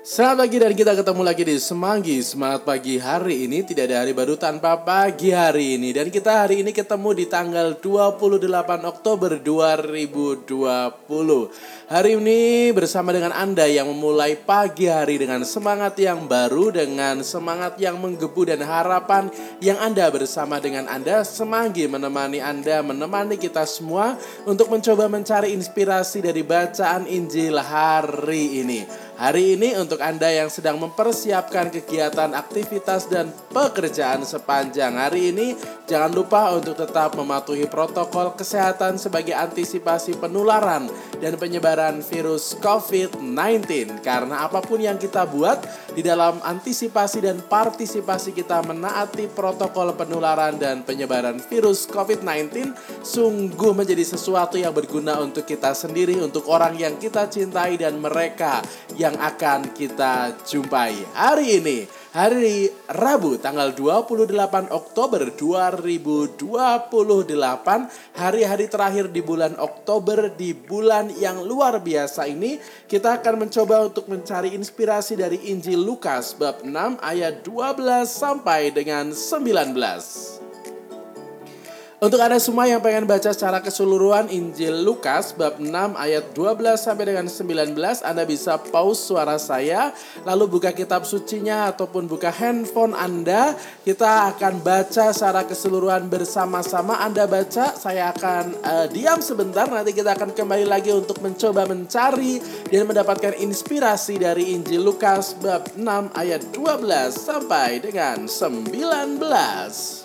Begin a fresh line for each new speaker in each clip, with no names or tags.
Selamat pagi dan kita ketemu lagi di Semanggi Semangat Pagi. Hari ini tidak ada hari baru tanpa pagi hari ini. Dan kita hari ini ketemu di tanggal 28 Oktober 2020. Hari ini bersama dengan Anda yang memulai pagi hari dengan semangat yang baru, dengan semangat yang menggebu dan harapan yang Anda bersama dengan Anda. Semanggi menemani Anda, menemani kita semua untuk mencoba mencari inspirasi dari bacaan Injil hari ini. Hari ini untuk Anda yang sedang mempersiapkan kegiatan, aktivitas, dan pekerjaan sepanjang hari ini, jangan lupa untuk tetap mematuhi protokol kesehatan sebagai antisipasi penularan dan penyebaran virus COVID-19. Karena apapun yang kita buat di dalam antisipasi dan partisipasi kita menaati protokol penularan dan penyebaran virus COVID-19 sungguh menjadi sesuatu yang berguna untuk kita sendiri, untuk orang yang kita cintai, dan mereka yang akan kita jumpai hari ini, hari Rabu tanggal 28 Oktober 2028, hari-hari terakhir di bulan Oktober, di bulan yang luar biasa ini. Kita akan mencoba untuk mencari inspirasi dari Injil Lukas bab 6 ayat 12 sampai dengan 19. Untuk Anda semua yang pengen baca secara keseluruhan Injil Lukas bab 6 ayat 12 sampai dengan 19, Anda bisa pause suara saya, lalu buka kitab sucinya ataupun buka handphone Anda. Kita akan baca secara keseluruhan bersama-sama. Anda baca, saya akan diam sebentar, nanti kita akan kembali lagi untuk mencoba mencari dan mendapatkan inspirasi dari Injil Lukas bab 6 ayat 12 sampai dengan 19.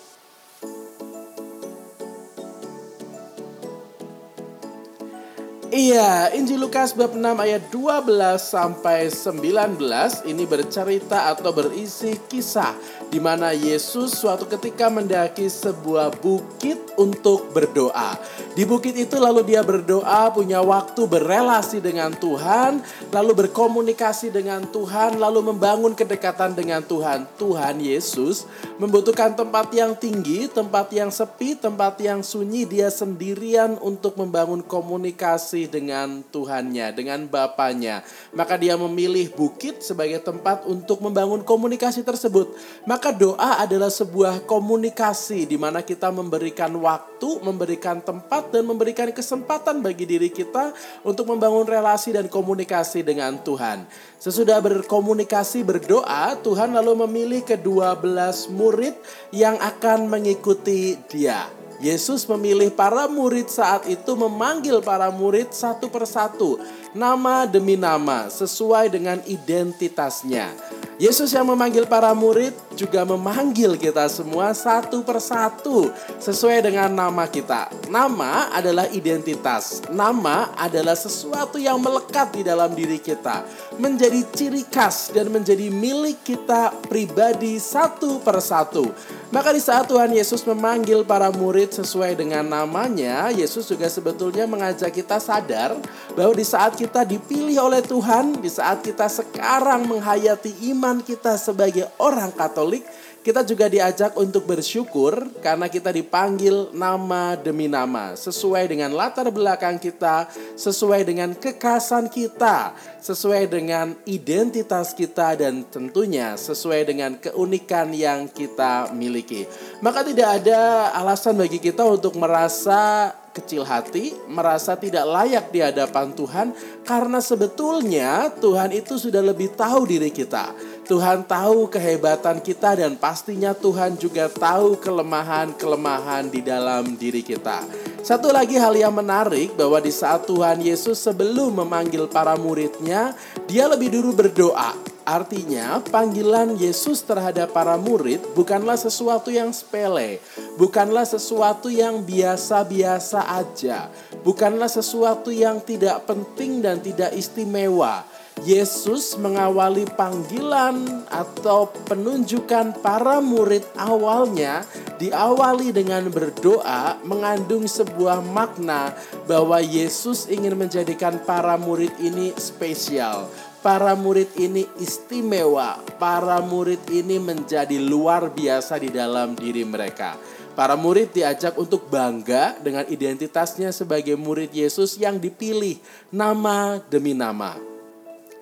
Iya, Injil Lukas bab 6 ayat 12 sampai 19 ini bercerita atau berisi kisah di mana Yesus suatu ketika mendaki sebuah bukit untuk berdoa. Di bukit itu lalu dia berdoa, punya waktu berelasi dengan Tuhan, lalu berkomunikasi dengan Tuhan, lalu membangun kedekatan dengan Tuhan. Tuhan Yesus membutuhkan tempat yang tinggi, tempat yang sepi, tempat yang sunyi. Dia sendirian untuk membangun komunikasi dengan Tuhannya, dengan Bapanya. Maka dia memilih bukit sebagai tempat untuk membangun komunikasi tersebut. Maka doa adalah sebuah komunikasi di mana kita memberikan waktu, memberikan tempat, dan memberikan kesempatan bagi diri kita untuk membangun relasi dan komunikasi dengan Tuhan. Sesudah berkomunikasi, berdoa, Tuhan lalu memilih ke-12 murid yang akan mengikuti dia. Yesus memilih para murid saat itu, memanggil para murid satu persatu, nama demi nama, sesuai dengan identitasnya. Yesus yang memanggil para murid juga memanggil kita semua satu persatu sesuai dengan nama kita. Nama adalah identitas. Nama adalah sesuatu yang melekat di dalam diri kita, menjadi ciri khas dan menjadi milik kita pribadi satu persatu. Maka di saat Tuhan Yesus memanggil para murid sesuai dengan namanya, Yesus juga sebetulnya mengajak kita sadar bahwa di saat kita dipilih oleh Tuhan, di saat kita sekarang menghayati iman kita sebagai orang Katolik, kita juga diajak untuk bersyukur karena kita dipanggil nama demi nama, sesuai dengan latar belakang kita, sesuai dengan kekhasan kita, sesuai dengan identitas kita, dan tentunya sesuai dengan keunikan yang kita miliki. Maka tidak ada alasan bagi kita untuk merasa kecil hati, merasa tidak layak di hadapan Tuhan, karena sebetulnya Tuhan itu sudah lebih tahu diri kita. Tuhan tahu kehebatan kita, dan pastinya Tuhan juga tahu kelemahan-kelemahan di dalam diri kita. Satu lagi hal yang menarik, bahwa di saat Tuhan Yesus sebelum memanggil para muridnya, dia lebih dulu berdoa. Artinya panggilan Yesus terhadap para murid bukanlah sesuatu yang sepele, bukanlah sesuatu yang biasa-biasa aja, bukanlah sesuatu yang tidak penting dan tidak istimewa. Yesus mengawali panggilan atau penunjukan para murid awalnya diawali dengan berdoa, mengandung sebuah makna bahwa Yesus ingin menjadikan para murid ini spesial. Para murid ini istimewa, para murid ini menjadi luar biasa di dalam diri mereka. Para murid diajak untuk bangga dengan identitasnya sebagai murid Yesus yang dipilih nama demi nama.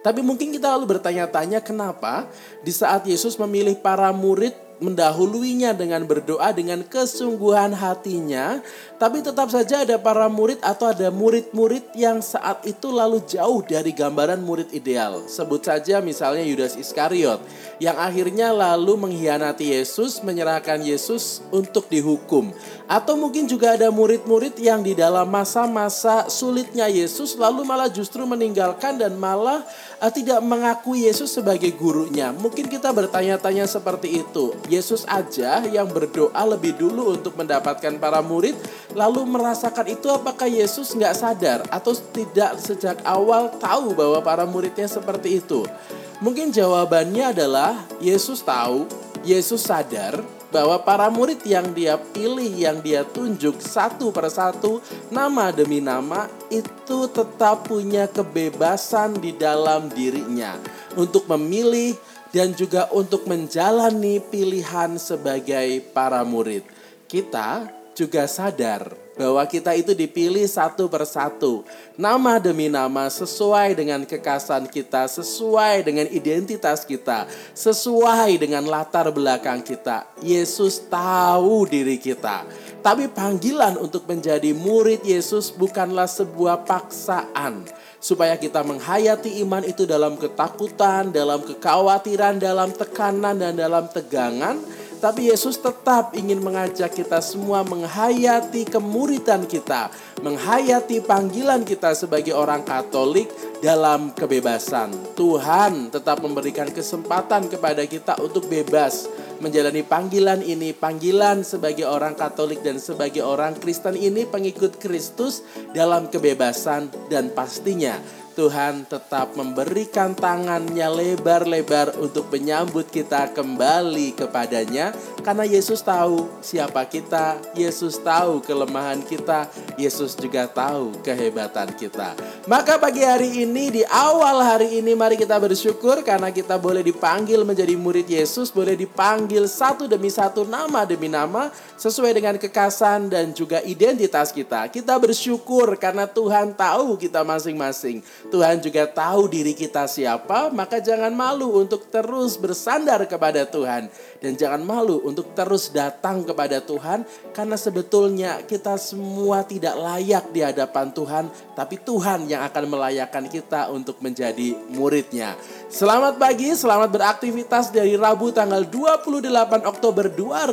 Tapi mungkin kita lalu bertanya-tanya kenapa di saat Yesus memilih para murid mendahuluinya dengan berdoa dengan kesungguhan hatinya, tapi tetap saja ada para murid atau ada murid-murid yang saat itu lalu jauh dari gambaran murid ideal. Sebut saja misalnya Yudas Iskariot yang akhirnya lalu mengkhianati Yesus, menyerahkan Yesus untuk dihukum. Atau mungkin juga ada murid-murid yang di dalam masa-masa sulitnya Yesus lalu malah justru meninggalkan dan malah tidak mengakui Yesus sebagai gurunya. Mungkin kita bertanya-tanya seperti itu. Yesus aja yang berdoa lebih dulu untuk mendapatkan para murid, lalu merasakan itu, apakah Yesus nggak sadar atau tidak sejak awal tahu bahwa para muridnya seperti itu? Mungkin jawabannya adalah Yesus tahu, Yesus sadar bahwa para murid yang dia pilih, yang dia tunjuk satu persatu, nama demi nama, itu tetap punya kebebasan di dalam dirinya untuk memilih dan juga untuk menjalani pilihan sebagai para murid. Kita juga sadar bahwa kita itu dipilih satu persatu, nama demi nama, sesuai dengan kekasan kita, sesuai dengan identitas kita, sesuai dengan latar belakang kita. Yesus tahu diri kita. Tapi panggilan untuk menjadi murid Yesus bukanlah sebuah paksaan, supaya kita menghayati iman itu dalam ketakutan, dalam kekhawatiran, dalam tekanan, dan dalam tegangan. Tapi Yesus tetap ingin mengajak kita semua menghayati kemuridan kita, menghayati panggilan kita sebagai orang Katolik dalam kebebasan. Tuhan tetap memberikan kesempatan kepada kita untuk bebas menjalani panggilan ini, panggilan sebagai orang Katolik dan sebagai orang Kristen ini, pengikut Kristus dalam kebebasan. Dan pastinya Tuhan tetap memberikan tangannya lebar-lebar untuk menyambut kita kembali kepadanya. Karena Yesus tahu siapa kita, Yesus tahu kelemahan kita, Yesus juga tahu kehebatan kita. Maka pagi hari ini, di awal hari ini, mari kita bersyukur karena kita boleh dipanggil menjadi murid Yesus, boleh dipanggil satu demi satu, nama demi nama, sesuai dengan kekasan dan juga identitas kita. Kita bersyukur karena Tuhan tahu kita masing-masing. Tuhan juga tahu diri kita siapa, maka jangan malu untuk terus bersandar kepada Tuhan. Dan jangan malu untuk terus datang kepada Tuhan, karena sebetulnya kita semua tidak layak di hadapan Tuhan, tapi Tuhan yang akan melayakkan kita untuk menjadi murid-Nya. Selamat pagi, selamat beraktivitas dari Rabu tanggal 28 Oktober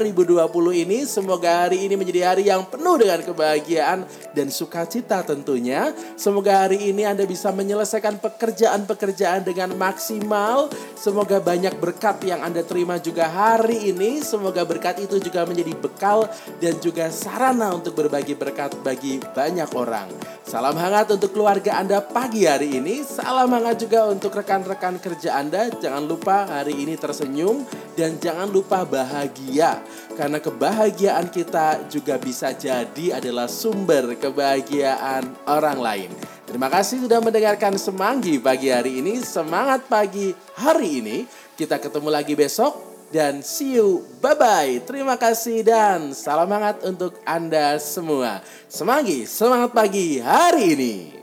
2020 ini. Semoga hari ini menjadi hari yang penuh dengan kebahagiaan dan sukacita tentunya. Semoga hari ini Anda bisa menyelesaikan pekerjaan-pekerjaan dengan maksimal. Semoga banyak berkat yang Anda terima juga hari ini. Semoga berkat itu juga menjadi bekal dan juga sarana untuk berbagi berkat bagi banyak orang. Salam hangat untuk keluarga Anda pagi hari ini. Salam hangat juga untuk rekan-rekan kerja Anda. Jangan lupa hari ini tersenyum dan jangan lupa bahagia. Karena kebahagiaan kita juga bisa jadi adalah sumber kebahagiaan orang lain. Terima kasih sudah mendengarkan Semanggi pagi hari ini. Semangat pagi hari ini. Kita ketemu lagi besok dan see you. Bye-bye. Terima kasih dan salam hangat untuk Anda semua. Semanggi, semangat pagi hari ini.